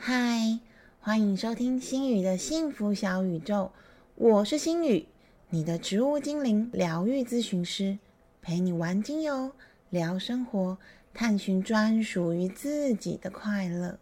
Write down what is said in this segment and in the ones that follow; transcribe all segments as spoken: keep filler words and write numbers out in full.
嗨，欢迎收听星宇的幸福小宇宙，我是星宇，你的植物精灵疗愈咨询师，陪你玩精油，聊生活，探寻专属于自己的快乐。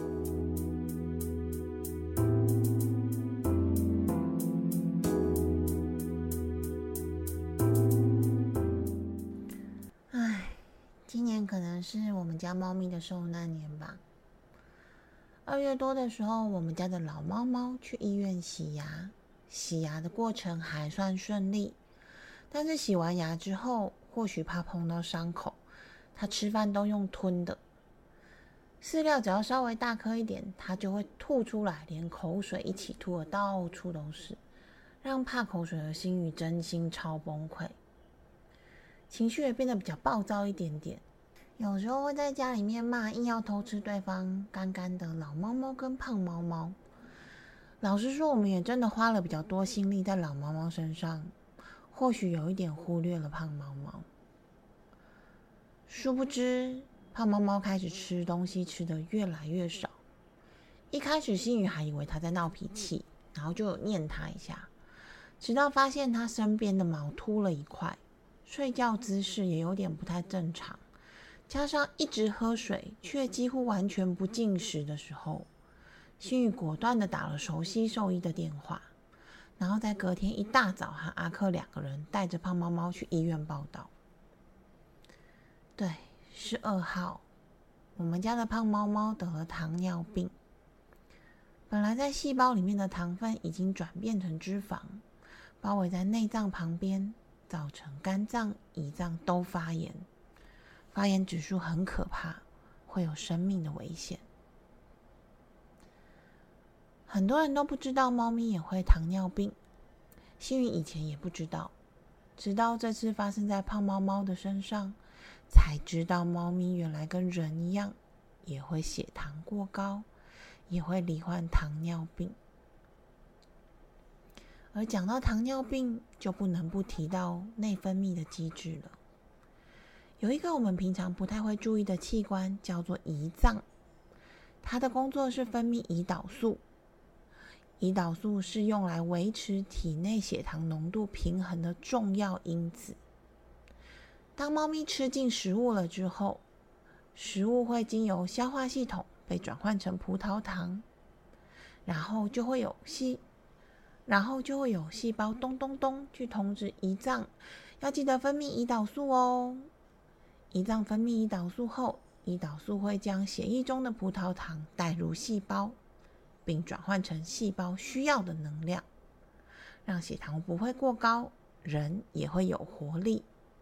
唉，今年可能是我们家猫咪的受难年吧。二月多的时候，我们家的老猫猫去医院洗牙，洗牙的过程还算顺利，但是洗完牙之后，或许怕碰到伤口，它吃饭都用吞的，饲料只要稍微大颗一点，它就会吐出来，连口水一起吐的到处都是，让怕口水的心宇真心超崩溃，情绪也变得比较暴躁一点点。有时候会在家里面骂硬要偷吃对方干干的老猫猫跟胖猫猫。老实说，我们也真的花了比较多心力在老猫猫身上，或许有一点忽略了胖猫猫。殊不知，胖猫猫开始吃东西吃得越来越少。一开始心宇还以为他在闹脾气，然后就有念他一下，直到发现他身边的毛秃了一块，睡觉姿势也有点不太正常，加上一直喝水却几乎完全不进食的时候，心宇果断地打了熟悉兽医的电话，然后在隔天一大早和阿克两个人带着胖猫猫去医院报到。对，是噩耗，我们家的胖猫猫得了糖尿病。本来在细胞里面的糖分已经转变成脂肪，包围在内脏旁边，造成肝脏、胰脏都发炎。发炎指数很可怕，会有生命的危险。很多人都不知道猫咪也会糖尿病，心宇以前也不知道，直到这次发生在胖猫猫的身上，才知道猫咪原来跟人一样，也会血糖过高，也会罹患糖尿病。而讲到糖尿病，就不能不提到内分泌的机制了。有一个我们平常不太会注意的器官叫做胰脏，它的工作是分泌胰岛素。胰岛素是用来维持体内血糖浓度平衡的重要因子。当猫咪吃进食物了之后，食物会经由消化系统被转换成葡萄糖，然后就会有细然后就会有细胞咚咚咚去通知胰脏，要记得分泌胰岛素哦。胰脏分泌胰岛素后，胰岛素会将血液中的葡萄糖带入细胞，并转换成细胞需要的能量，让血糖不会过高，人也会有活力。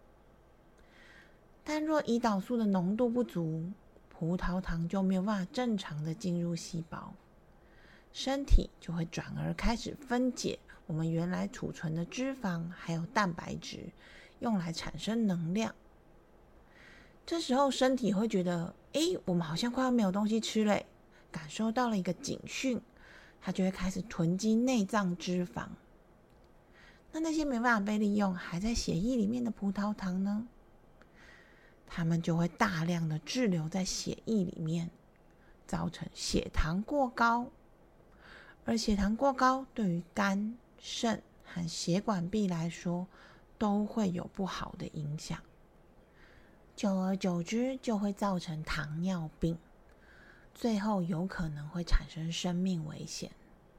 但若胰岛素的浓度不足，葡萄糖就没有办法正常的进入细胞，身体就会转而开始分解我们原来储存的脂肪还有蛋白质，用来产生能量。这时候身体会觉得，诶，我们好像快要没有东西吃了，感受到了一个警讯，它就会开始囤积内脏脂肪。那那些没办法被利用还在血液里面的葡萄糖呢，它们就会大量的滞留在血液里面，造成血糖过高。而血糖过高对于肝、肾和血管壁来说都会有不好的影响，久而久之就会造成糖尿病，最后有可能会产生生命危险。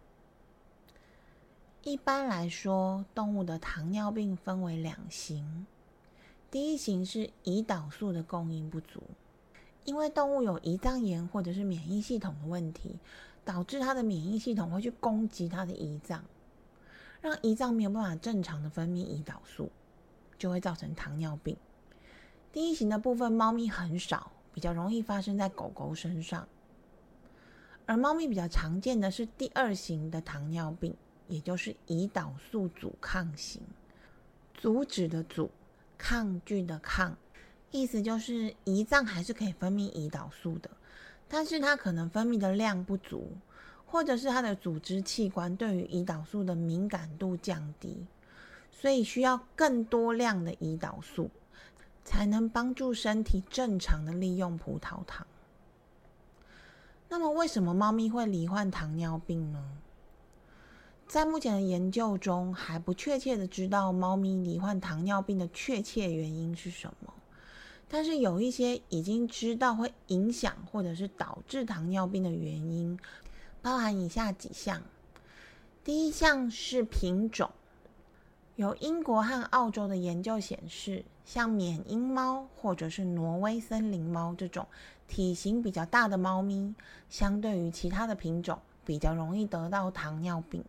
一般来说，动物的糖尿病分为两型。第一型是胰岛素的供应不足，因为动物有胰脏炎或者是免疫系统的问题，导致它的免疫系统会去攻击它的胰脏，让胰脏没有办法正常的分泌胰岛素，就会造成糖尿病。第一型的部分猫咪很少，比较容易发生在狗狗身上。而猫咪比较常见的是第二型的糖尿病，也就是胰岛素阻抗型。阻止的阻，抗拒的抗，意思就是胰脏还是可以分泌胰岛素的，但是它可能分泌的量不足，或者是它的组织器官对于胰岛素的敏感度降低，所以需要更多量的胰岛素才能帮助身体正常的利用葡萄糖。 那么为什么猫咪会罹患糖尿病呢？在目前的研究中，还不确切的知道猫咪罹患糖尿病的确切原因是什么，但是有一些已经知道会影响或者是导致糖尿病的原因，包含以下几项。第一项是品种，有英国和澳洲的研究显示，像缅因猫或者是挪威森林猫这种体型比较大的猫咪，相对于其他的品种比较容易得到糖尿病。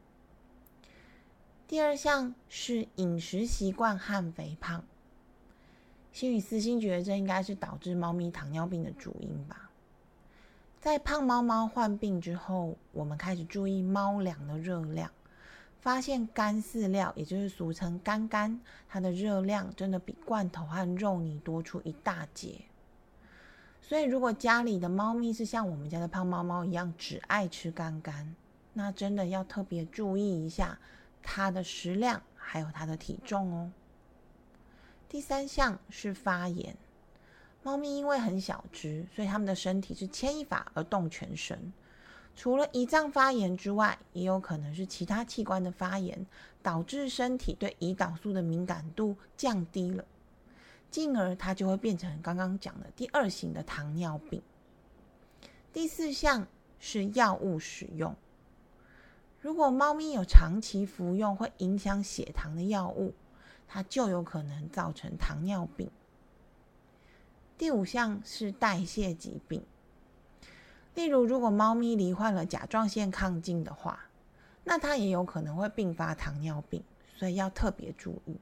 第二项是饮食习惯和肥胖，心宇私心觉得这应该是导致猫咪糖尿病的主因吧。在胖猫猫患病之后，我们开始注意猫粮的热量，发现干饲料，也就是俗称干干，它的热量真的比罐头和肉泥多出一大截。所以如果家里的猫咪是像我们家的胖猫猫一样只爱吃干干，那真的要特别注意一下它的食量还有它的体重哦。第三项是发炎，猫咪因为很小只，所以它们的身体是牵一发而动全身，除了胰脏发炎之外，也有可能是其他器官的发炎，导致身体对胰岛素的敏感度降低了，进而它就会变成刚刚讲的第二型的糖尿病。第四项是药物使用，如果猫咪有长期服用会影响血糖的药物，它就有可能造成糖尿病。第五项是代谢疾病，例如如果猫咪罹患了甲状腺亢进的话，那它也有可能会并发糖尿病，所以要特别注意。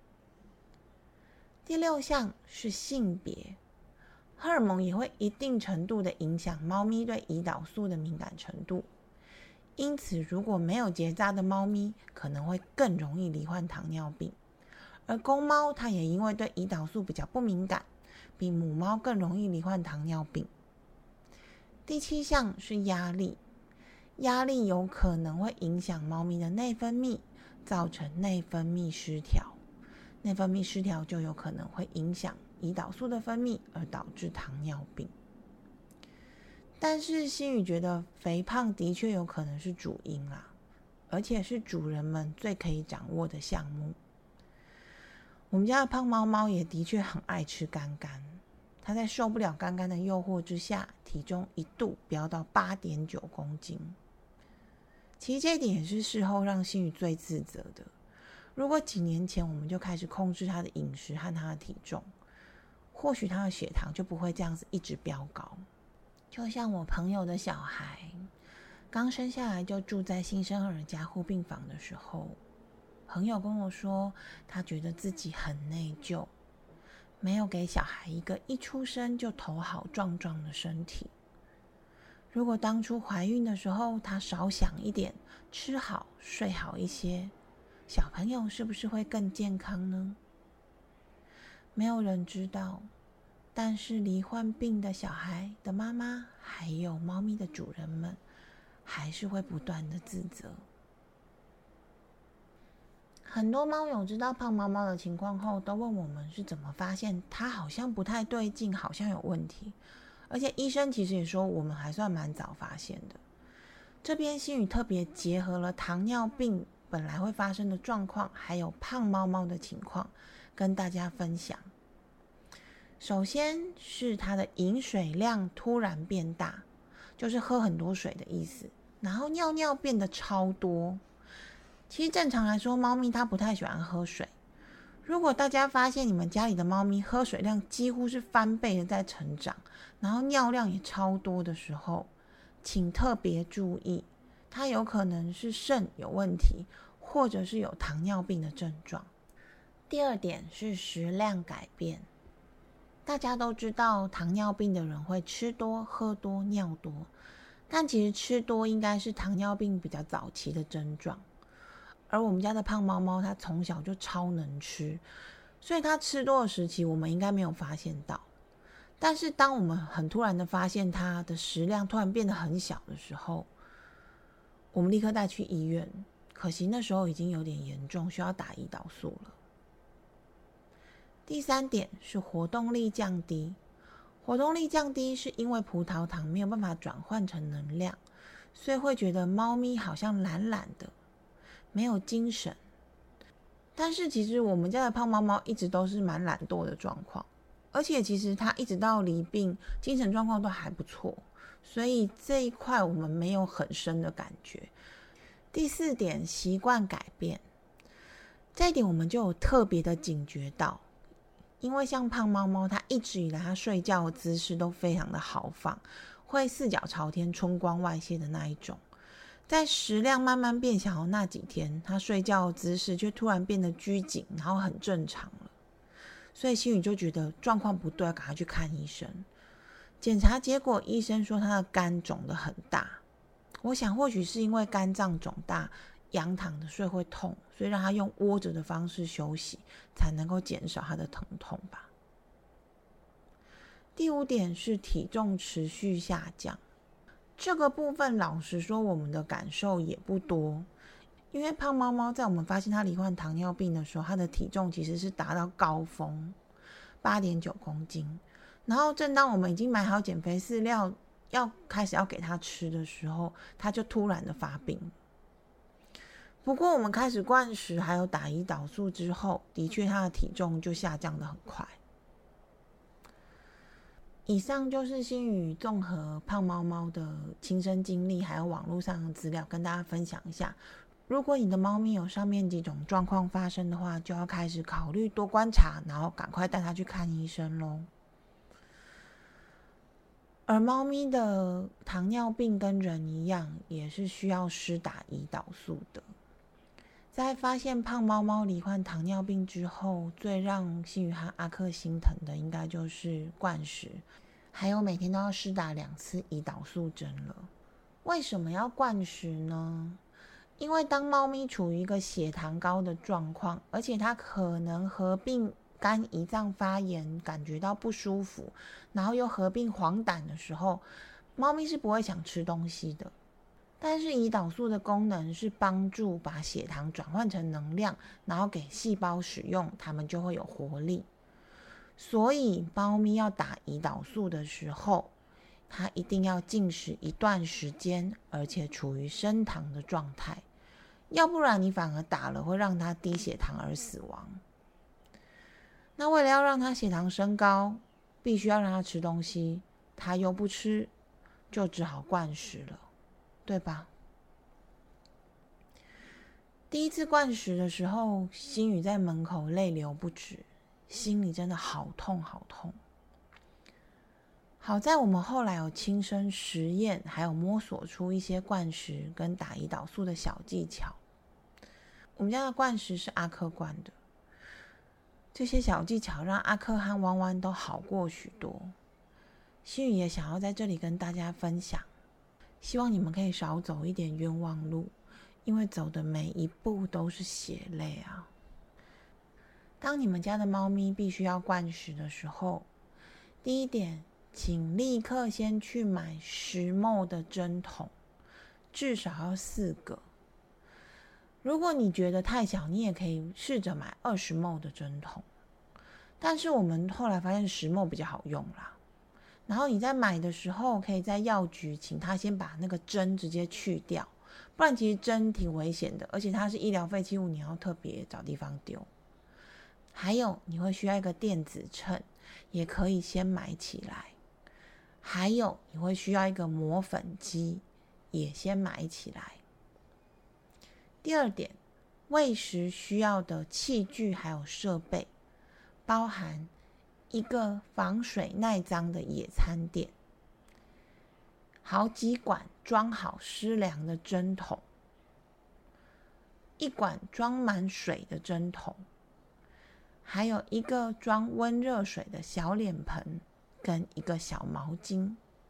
第六项是性别，荷尔蒙也会一定程度的影响猫咪对胰岛素的敏感程度，因此如果没有结扎的猫咪可能会更容易罹患糖尿病，而公猫它也因为对胰岛素比较不敏感，比母猫更容易罹患糖尿病。第七项是压力，压力有可能会影响猫咪的内分泌，造成内分泌失调，内分泌失调就有可能会影响胰岛素的分泌，而导致糖尿病。但是心宇觉得肥胖的确有可能是主因啦，而且是主人们最可以掌握的项目。我们家的胖猫猫也的确很爱吃干干，它在受不了干干的诱惑之下，体重一度飙到 八点九公斤。其实这一点也是事后让心宇最自责的，如果几年前我们就开始控制它的饮食和它的体重，或许它的血糖就不会这样子一直飙高。就像我朋友的小孩刚生下来就住在新生儿加护病房的时候，朋友跟我说他觉得自己很内疚，没有给小孩一个一出生就头好壮壮的身体。如果当初怀孕的时候他少想一点，吃好睡好一些，小朋友是不是会更健康呢？没有人知道，但是罹患病的小孩的妈妈还有猫咪的主人们还是会不断的自责。很多猫友知道胖猫猫的情况后都问我们是怎么发现它好像不太对劲，好像有问题，而且医生其实也说我们还算蛮早发现的。这边心宇特别结合了糖尿病本来会发生的状况，还有胖猫猫的情况跟大家分享。首先是它的饮水量突然变大，就是喝很多水的意思，然后尿尿变得超多。其实正常来说，猫咪它不太喜欢喝水。如果大家发现你们家里的猫咪喝水量几乎是翻倍的在成长，然后尿量也超多的时候，请特别注意，它有可能是肾有问题，或者是有糖尿病的症状。第二点是食量改变。大家都知道糖尿病的人会吃多、喝多、尿多，但其实吃多应该是糖尿病比较早期的症状。而我们家的胖猫猫它从小就超能吃，所以它吃多的时期我们应该没有发现到。但是当我们很突然的发现它的食量突然变得很小的时候，我们立刻带去医院，可惜那时候已经有点严重，需要打胰岛素了。第三点是活动力降低。 活动力降低是因为葡萄糖没有办法转换成能量，所以会觉得猫咪好像懒懒的，没有精神。但是其实我们家的胖猫猫一直都是蛮懒惰的状况，而且其实它一直到离病精神状况都还不错，所以这一块我们没有很深的感觉。第四点，习惯改变，这一点我们就有特别的警觉到，因为像胖猫猫它一直以来它睡觉的姿势都非常的豪放，会四脚朝天春光外泄的那一种。在食量慢慢变小的那几天，他睡觉的姿势却突然变得拘谨，然后很正常了。所以心宇就觉得状况不对，赶快去看医生。检查结果，医生说他的肝肿得很大。我想或许是因为肝脏肿大，仰躺着睡会痛，所以让他用窝着的方式休息，才能够减少他的疼痛吧。第五点是体重持续下降。这个部分老实说我们的感受也不多，因为胖猫猫在我们发现它罹患糖尿病的时候，它的体重其实是达到高峰 八点九公斤，然后正当我们已经买好减肥饲料要开始要给它吃的时候，它就突然的发病。不过我们开始灌食还有打胰岛素之后，的确它的体重就下降得很快。以上就是心宇综合胖猫猫的亲身经历，还有网络上的资料跟大家分享一下。如果你的猫咪有上面几种状况发生的话，就要开始考虑多观察，然后赶快带它去看医生咯。而猫咪的糖尿病跟人一样，也是需要施打胰岛素的。在发现胖猫猫罹患糖尿病之后，最让心宇和阿克心疼的应该就是灌食，还有每天都要施打两次胰岛素针了。为什么要灌食呢？因为当猫咪处于一个血糖高的状况，而且它可能合并肝胰脏发炎，感觉到不舒服，然后又合并黄疸的时候，猫咪是不会想吃东西的。但是胰岛素的功能是帮助把血糖转换成能量，然后给细胞使用，它们就会有活力。所以猫咪要打胰岛素的时候，它一定要禁食一段时间，而且处于升糖的状态，要不然你反而打了会让它低血糖而死亡。那为了要让它血糖升高，必须要让它吃东西，它又不吃，就只好灌食了，对吧？第一次灌食的时候，心宇在门口泪流不止，心里真的好痛好痛。好在我们后来有亲身实验，还有摸索出一些灌食跟打胰岛素的小技巧。我们家的灌食是阿克灌的，这些小技巧让阿克和弯弯都好过许多。心宇也想要在这里跟大家分享，希望你们可以少走一点冤枉路，因为走的每一步都是血泪啊。当你们家的猫咪必须要灌食的时候，第一点，请立刻先去买十 毫升的针筒，至少要四个。如果你觉得太小，你也可以试着买二十 毫升的针筒，但是我们后来发现十 毫升比较好用啦。然后你在买的时候，可以在药局请他先把那个针直接去掉，不然其实针挺危险的，而且它是医疗废弃物，你要特别找地方丢。还有你会需要一个电子秤，也可以先买起来。还有你会需要一个磨粉机，也先买起来。第二点，喂食需要的器具还有设备，包含一个防水耐脏的野餐垫，好几管装好湿粮的针筒，一管装满水的针筒，还有一个装温热水的小脸盆跟一个小毛巾。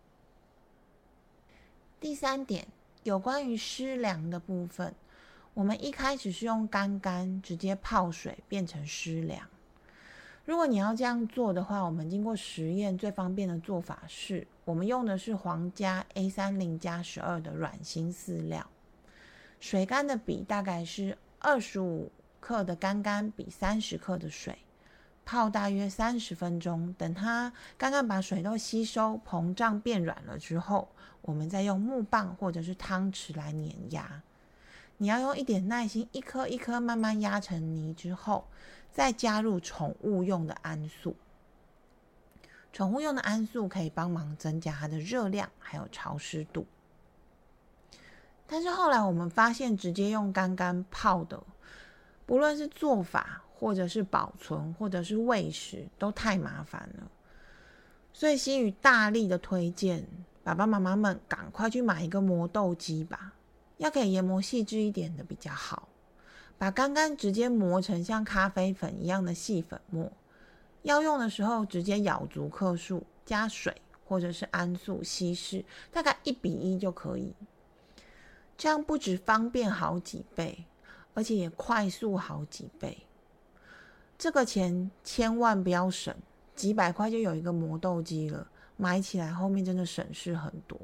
第三点，有关于湿粮的部分，我们一开始是用干干直接泡水变成湿粮。如果你要这样做的话，我们经过实验最方便的做法是，我们用的是皇家 A 三十加十二 的软芯饲料，水干的比大概是二十五克的干干比三十克的水， 泡大约三十分钟，等它刚刚把水都吸收、膨胀变软了之后，我们再用木棒或者是汤匙来碾压。你要用一点耐心，一颗一颗慢慢压成泥之后，再加入宠物用的桉树。宠物用的桉树可以帮忙增加它的热量还有潮湿度。但是后来我们发现，直接用干干泡的，不论是做法或者是保存或者是喂食，都太麻烦了。所以心语大力的推荐爸爸妈妈们赶快去买一个磨豆机吧，要给研磨细致一点的比较好。把干干直接磨成像咖啡粉一样的细粉末，要用的时候直接舀足克数，加水或者是桉树稀释，大概一比一就可以。这样不止方便好几倍，而且也快速好几倍。这个钱千万不要省，几百块就有一个磨豆机了，买起来后面真的省事很多。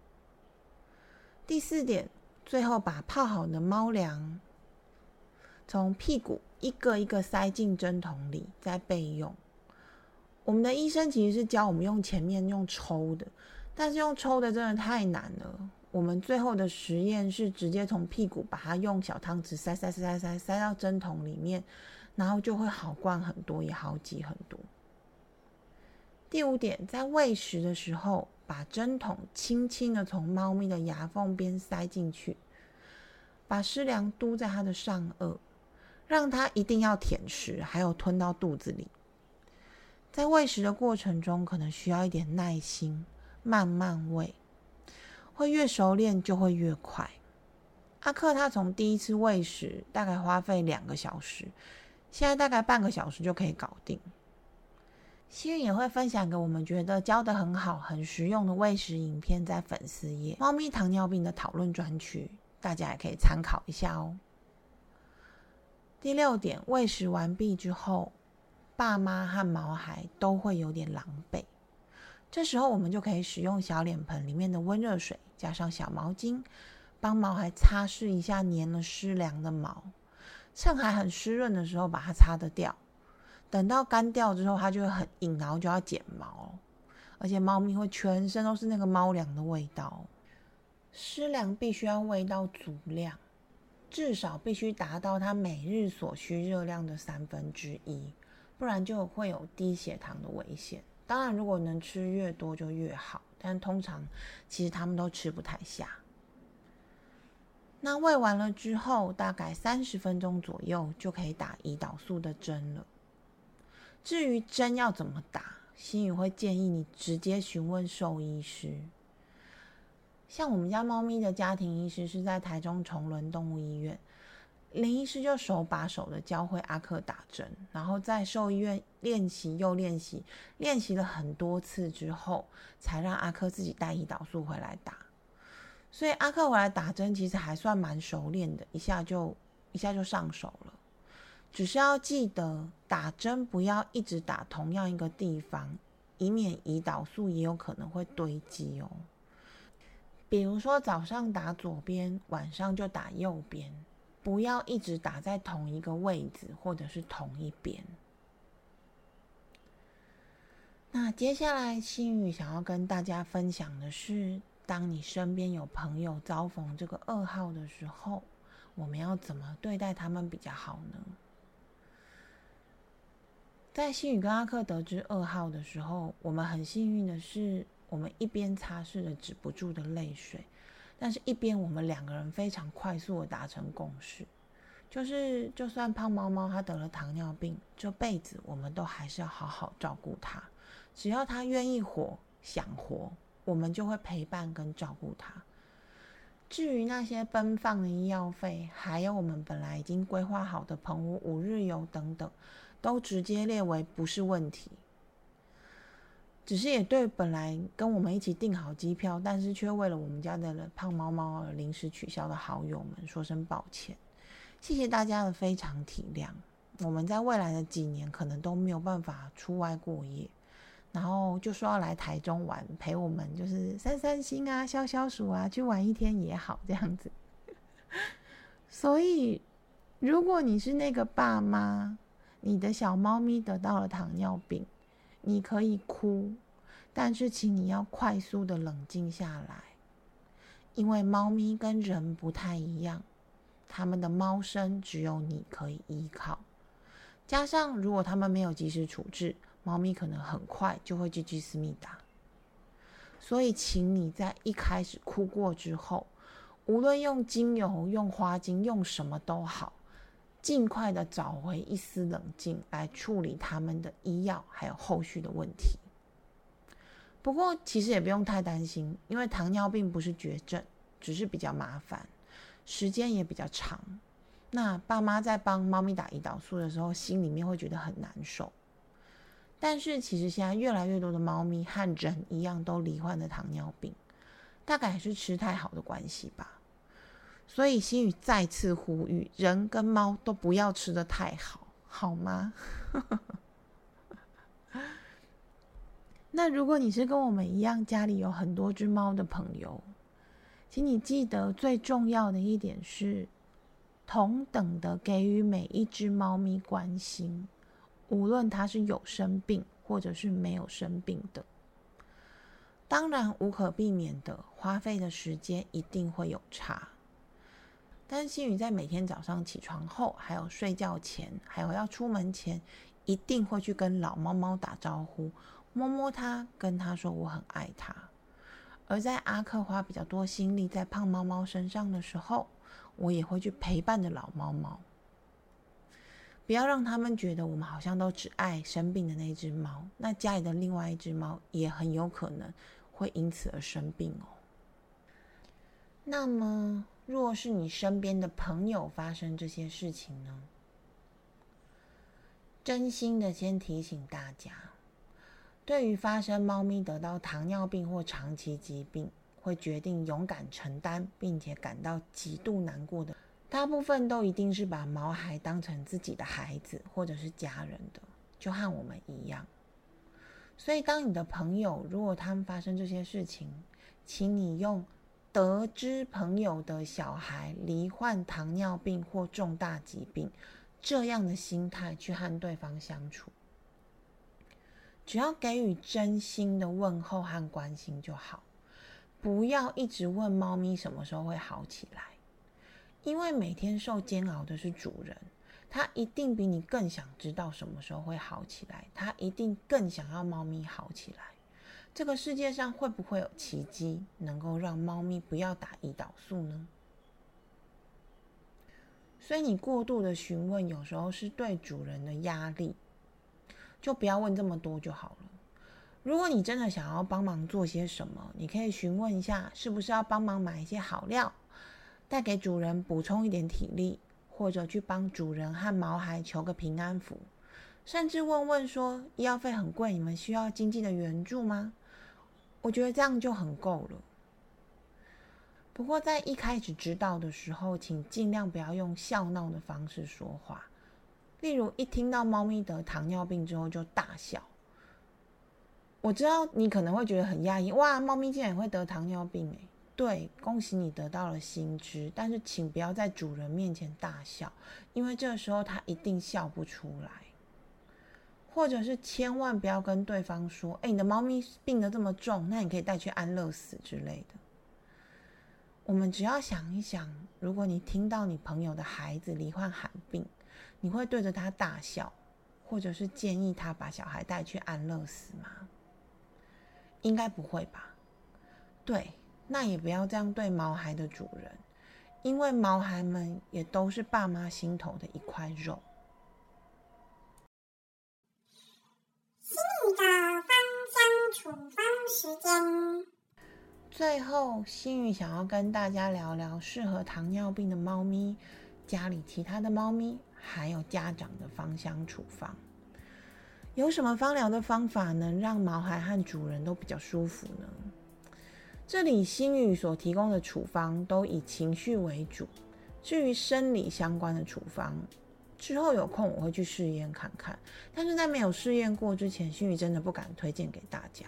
第四点，最后把泡好的猫粮从屁股一个一个塞进针筒里，再备用。我们的医生其实是教我们用前面用抽的，但是用抽的真的太难了。我们最后的实验是直接从屁股把它用小汤匙塞塞塞塞塞塞到针筒里面，然后就会好灌很多，也好挤很多。第五点，在喂食的时候，把针筒轻轻的从猫咪的牙缝边塞进去，把湿粮嘟在它的上颚，让它一定要舔食，还有吞到肚子里。在喂食的过程中，可能需要一点耐心，慢慢喂，会越熟练就会越快。阿克他从第一次喂食大概花费两个小时，现在大概半个小时就可以搞定。希云也会分享给我们觉得教得很好、很实用的喂食影片在粉丝页猫咪糖尿病的讨论专区，大家也可以参考一下哦。第六点，喂食完毕之后，爸妈和毛孩都会有点狼狈，这时候我们就可以使用小脸盆里面的温热水加上小毛巾，帮毛孩擦拭一下粘了湿粮的毛，趁还很湿润的时候把它擦得掉，等到干掉之后它就会很硬，然后就要剪毛，而且猫咪会全身都是那个猫粮的味道。湿粮必须要喂到足量，至少必须达到它每日所需热量的三分之一，不然就会有低血糖的危险。当然如果能吃越多就越好，但通常其实他们都吃不太下。那喂完了之后，大概三十分钟左右就可以打胰岛素的针了。至于针要怎么打，心语会建议你直接询问兽医师。像我们家猫咪的家庭医师是在台中崇伦动物医院，林医师就手把手的教会阿克打针，然后在兽医院练习又练习，练习了很多次之后，才让阿克自己带胰岛素回来打。所以阿克回来打针其实还算蛮熟练的，一下就一下就上手了。只是要记得打针不要一直打同样一个地方，以免胰岛素也有可能会堆积哦。比如说早上打左边，晚上就打右边，不要一直打在同一个位置或者是同一边。那接下来心语想要跟大家分享的是，当你身边有朋友遭逢这个噩耗的时候，我们要怎么对待他们比较好呢？在心语跟阿克得知噩耗的时候，我们很幸运的是，我们一边擦拭了止不住的泪水，但是一边我们两个人非常快速的达成共识，就是就算胖猫猫它得了糖尿病，这辈子我们都还是要好好照顾它，只要它愿意活想活，我们就会陪伴跟照顾它。至于那些奔放的医药费，还有我们本来已经规划好的澎湖五日游等等，都直接列为不是问题。只是也对本来跟我们一起订好机票，但是却为了我们家的胖猫猫而临时取消的好友们说声抱歉。谢谢大家的非常体谅，我们在未来的几年可能都没有办法出外过夜，然后就说要来台中玩，陪我们就是散散心啊，消消暑啊，去玩一天也好这样子。所以如果你是那个爸妈， 你的小猫咪得到了糖尿病，你可以哭，但是请你要快速的冷静下来，因为猫咪跟人不太一样，它们的猫生只有你可以依靠，加上如果它们没有及时处置，猫咪可能很快就会 G G 思密达。所以请你在一开始哭过之后，无论用精油、用花精、用什么都好，尽快的找回一丝冷静来处理他们的医药还有后续的问题。不过其实也不用太担心，因为糖尿病不是绝症，只是比较麻烦，时间也比较长。那爸妈在帮猫咪打胰岛素的时候，心里面会觉得很难受。但是其实现在越来越多的猫咪和人一样都罹患了糖尿病，大概还是吃太好的关系吧。所以心语再次呼吁，人跟猫都不要吃得太好，好吗？那如果你是跟我们一样家里有很多只猫的朋友，请你记得最重要的一点是同等的给予每一只猫咪关心，无论它是有生病或者是没有生病的。当然无可避免的，花费的时间一定会有差。但是心语在每天早上起床后，还有睡觉前，还有要出门前，一定会去跟老猫猫打招呼，摸摸它，跟它说我很爱它。而在阿克花比较多心力在胖猫猫身上的时候，我也会去陪伴着老猫猫。不要让他们觉得我们好像都只爱生病的那只猫，那家里的另外一只猫也很有可能会因此而生病哦。那么若是你身边的朋友发生这些事情呢？真心的先提醒大家，对于发生猫咪得到糖尿病或长期疾病，会决定勇敢承担并且感到极度难过的，大部分都一定是把毛孩当成自己的孩子或者是家人的，就和我们一样。所以当你的朋友如果他们发生这些事情，请你用得知朋友的小孩罹患糖尿病或重大疾病这样的心态去和对方相处，只要给予真心的问候和关心就好，不要一直问猫咪什么时候会好起来，因为每天受煎熬的是主人，他一定比你更想知道什么时候会好起来，他一定更想要猫咪好起来。这个世界上会不会有奇迹能够让猫咪不要打胰岛素呢？所以你过度的询问有时候是对主人的压力，就不要问这么多就好了。如果你真的想要帮忙做些什么，你可以询问一下是不是要帮忙买一些好料，带给主人补充一点体力，或者去帮主人和毛孩求个平安符，甚至问问说医药费很贵，你们需要经济的援助吗？我觉得这样就很够了。不过在一开始知道的时候，请尽量不要用笑闹的方式说话，例如一听到猫咪得糖尿病之后就大笑。我知道你可能会觉得很压抑，哇，猫咪竟然会得糖尿病耶。对，恭喜你得到了新知，但是请不要在主人面前大笑，因为这个时候他一定笑不出来。或者是千万不要跟对方说，哎，你的猫咪病得这么重，那你可以带去安乐死之类的。我们只要想一想，如果你听到你朋友的孩子罹患罕病，你会对着他大笑，或者是建议他把小孩带去安乐死吗？应该不会吧？对，那也不要这样对毛孩的主人，因为毛孩们也都是爸妈心头的一块肉。 心语的芳香处方时间。 最后，心语想要跟大家聊聊适合糖尿病的猫咪、家里其他的猫咪，还有家长的芳香处方。有什么芳疗的方法能让毛孩和主人都比较舒服呢？这里心语所提供的处方都以情绪为主，至于生理相关的处方，之后有空我会去试验看看，但是在没有试验过之前，心语真的不敢推荐给大家。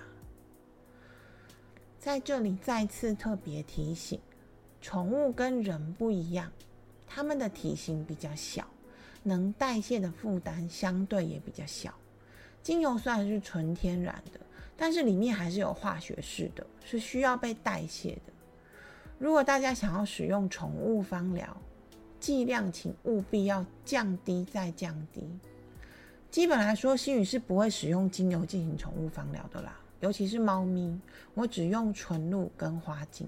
在这里再次特别提醒，宠物跟人不一样，它们的体型比较小， 能代谢的负担相对也比较小。精油虽然是纯天然的，但是里面还是有化学式的，是需要被代谢的。如果大家想要使用宠物芳疗，剂量请务必要降低再降低。基本来说，星宇是不会使用精油进行宠物芳疗的啦，尤其是猫咪，我只用纯露跟花精。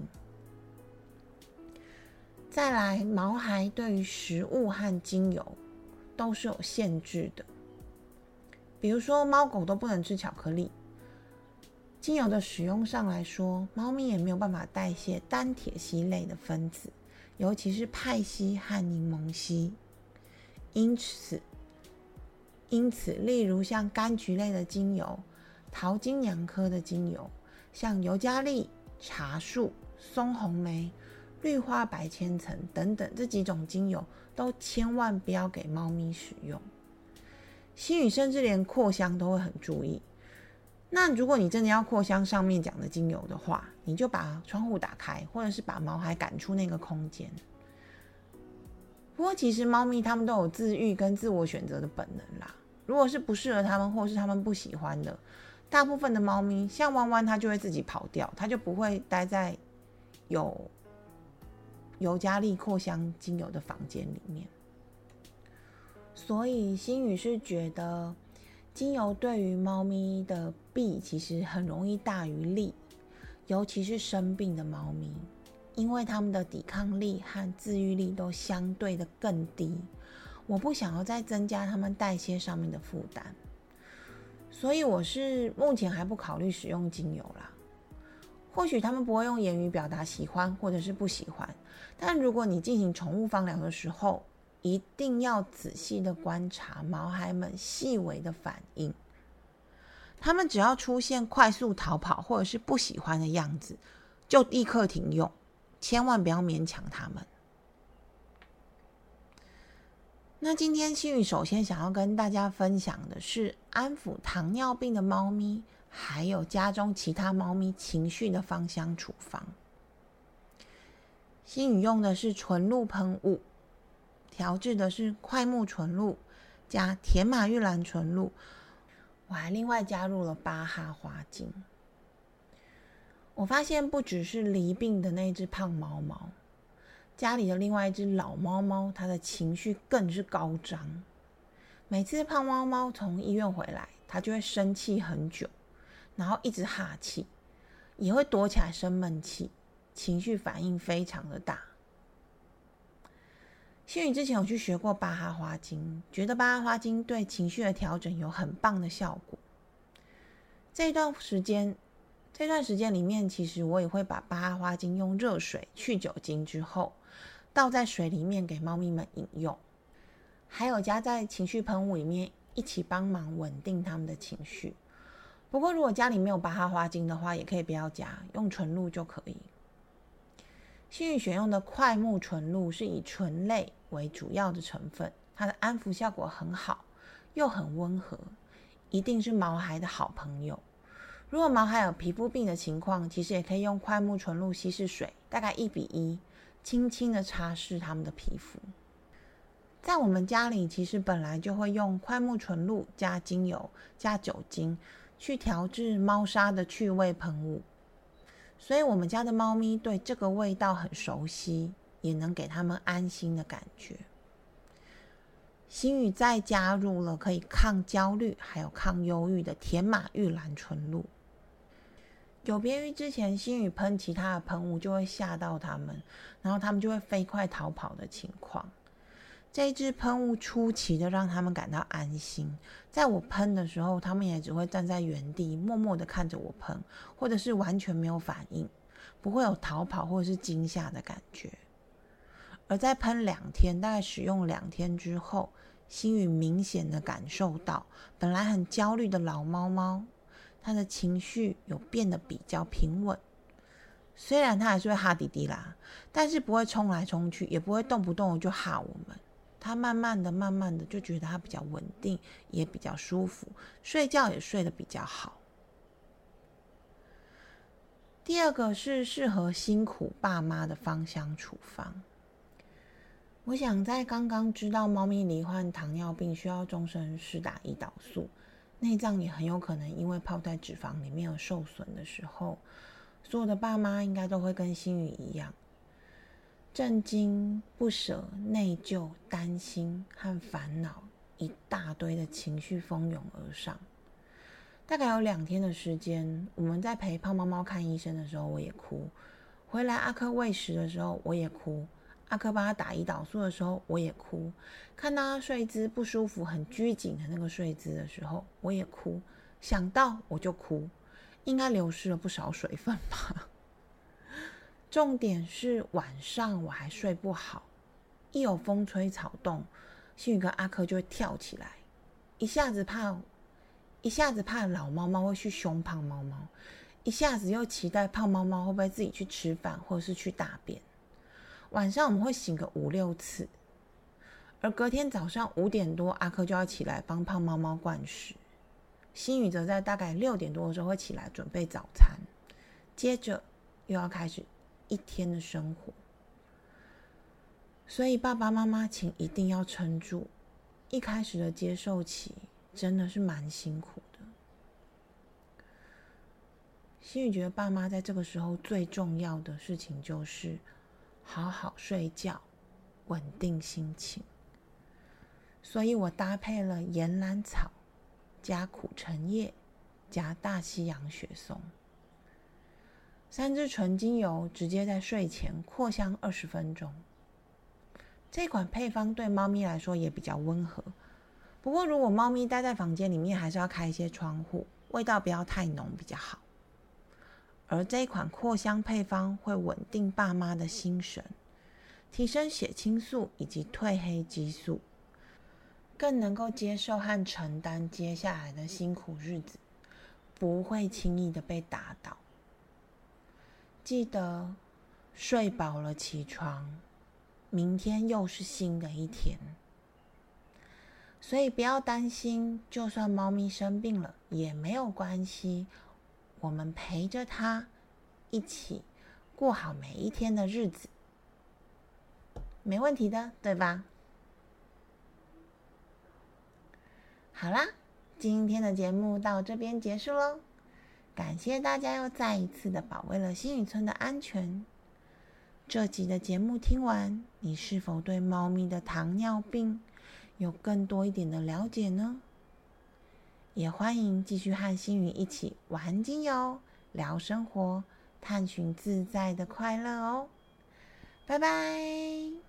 再来，毛孩对于食物和精油都是有限制的，比如说猫狗都不能吃巧克力。精油的使用上来说，猫咪也没有办法代谢单萜烯类的分子，尤其是派烯和柠檬烯。因此，因此，例如像柑橘类的精油、桃金娘科的精油，像尤加利、茶树、松红梅、绿花白千层等等这几种精油，都千万不要给猫咪使用。星宇甚至连扩香都会很注意。那如果你真的要扩香上面讲的精油的话，你就把窗户打开，或者是把毛孩赶出那个空间。不过其实猫咪它们都有自愈跟自我选择的本能啦。如果是不适合它们，或是它们不喜欢的，大部分的猫咪像弯弯，它就会自己跑掉，它就不会待在有尤加利扩香精油的房间里面。所以星宇是觉得精油对于猫咪的弊其实很容易大于利，尤其是生病的猫咪，因为它们的抵抗力和自愈力都相对的更低，我不想要再增加它们代谢上面的负担，所以我是目前还不考虑使用精油啦。或许他们不会用言语表达喜欢或者是不喜欢，但如果你进行宠物芳疗的时候，一定要仔细的观察毛孩们细微的反应。他们只要出现快速逃跑或者是不喜欢的样子，就立刻停用，千万不要勉强他们。那今天星宇首先想要跟大家分享的是安抚糖尿病的猫咪，还有家中其他猫咪情绪的芳香处方。星宇用的是纯露喷雾，调制的是快木纯露加甜马玉兰纯露，我还另外加入了巴哈花精。我发现不只是罹病的那只胖猫猫，家里的另外一只老猫猫，它的情绪更是高涨。每次胖猫猫从医院回来，它就会生气很久，然后一直哈气，也会躲起来生闷气，情绪反应非常的大。星宇之前有去学过巴哈花精，觉得巴哈花精对情绪的调整有很棒的效果。这一段时间这段时间里面，其实我也会把巴哈花精用热水去酒精之后倒在水里面给猫咪们饮用，还有加在情绪喷雾里面一起帮忙稳定它们的情绪。不过如果家里没有巴哈花精的话，也可以不要加，用纯露就可以。星宇选用的快木纯露是以醇类为主要的成分，它的安抚效果很好，又很温和，一定是毛孩的好朋友。如果毛孩有皮肤病的情况，其实也可以用快木纯露稀释水，大概一比一，轻轻的擦拭他们的皮肤。在我们家里，其实本来就会用快木纯露加精油加酒精去调制猫砂的去味喷雾，所以我们家的猫咪对这个味道很熟悉，也能给它们安心的感觉。星宇再加入了可以抗焦虑还有抗忧郁的甜马玉兰纯露。有别于之前星宇喷其他的喷雾就会吓到它们，然后它们就会飞快逃跑的情况，这一支喷雾出奇的让它们感到安心。在我喷的时候，它们也只会站在原地默默的看着我喷，或者是完全没有反应，不会有逃跑或者是惊吓的感觉。而在喷两天，大概使用两天之后，星宇明显的感受到本来很焦虑的老猫猫，它的情绪有变得比较平稳。虽然它还是会哈滴滴啦，但是不会冲来冲去，也不会动不动就哈我们。它慢慢的慢慢的就觉得它比较稳定，也比较舒服，睡觉也睡得比较好。第二个是适合辛苦爸妈的芳香处方。 我想在刚刚知道猫咪罹患糖尿病需要终身施打胰岛素，内脏也很有可能因为泡在脂肪里面而受损的时候，所有的爸妈应该都会跟心语一样，震惊、不舍、内疚、担心和烦恼，一大堆的情绪蜂拥而上。大概有两天的时间，我们在陪胖猫猫看医生的时候我也哭，回来阿珂喂食的时候我也哭，阿珂帮他打胰岛素的时候我也哭，看到他睡姿不舒服很拘谨的那个睡姿的时候我也哭，想到我就哭，应该流失了不少水分吧。重点是晚上我还睡不好，一有风吹草动，心语跟阿珂就会跳起来，一下子怕一下子怕老猫猫会去凶胖猫猫，一下子又期待胖猫猫会不会自己去吃饭或者是去大便。晚上我们会醒个五六次，而隔天早上五点多阿珂就要起来帮胖猫猫灌食，心语则在大概六点多的时候会起来准备早餐，接着又要开始一天的生活。所以爸爸妈妈请一定要撑住，一开始的接受期真的是蛮辛苦的。心语觉得爸妈在这个时候最重要的事情就是好好睡觉，稳定心情。所以我搭配了岩兰草加苦橙叶加大西洋雪松三支纯精油，直接在睡前扩香二十分钟。这款配方对猫咪来说也比较温和，不过如果猫咪待在房间里面，还是要开一些窗户，味道不要太浓比较好。而这一款扩香配方会稳定爸妈的心神，提升血清素以及褪黑激素，更能够接受和承担接下来的辛苦日子，不会轻易的被打倒。记得睡饱了起床，明天又是新的一天。所以不要担心，就算猫咪生病了也没有关系，我们陪着它一起过好每一天的日子，没问题的，对吧？好啦，今天的节目到这边结束咯，感谢大家又再一次的保卫了心语村的安全。这集的节目听完，你是否对猫咪的糖尿病有更多一点的了解呢？也欢迎继续和心语一起玩精油、聊生活、探寻自在的快乐哦。拜拜。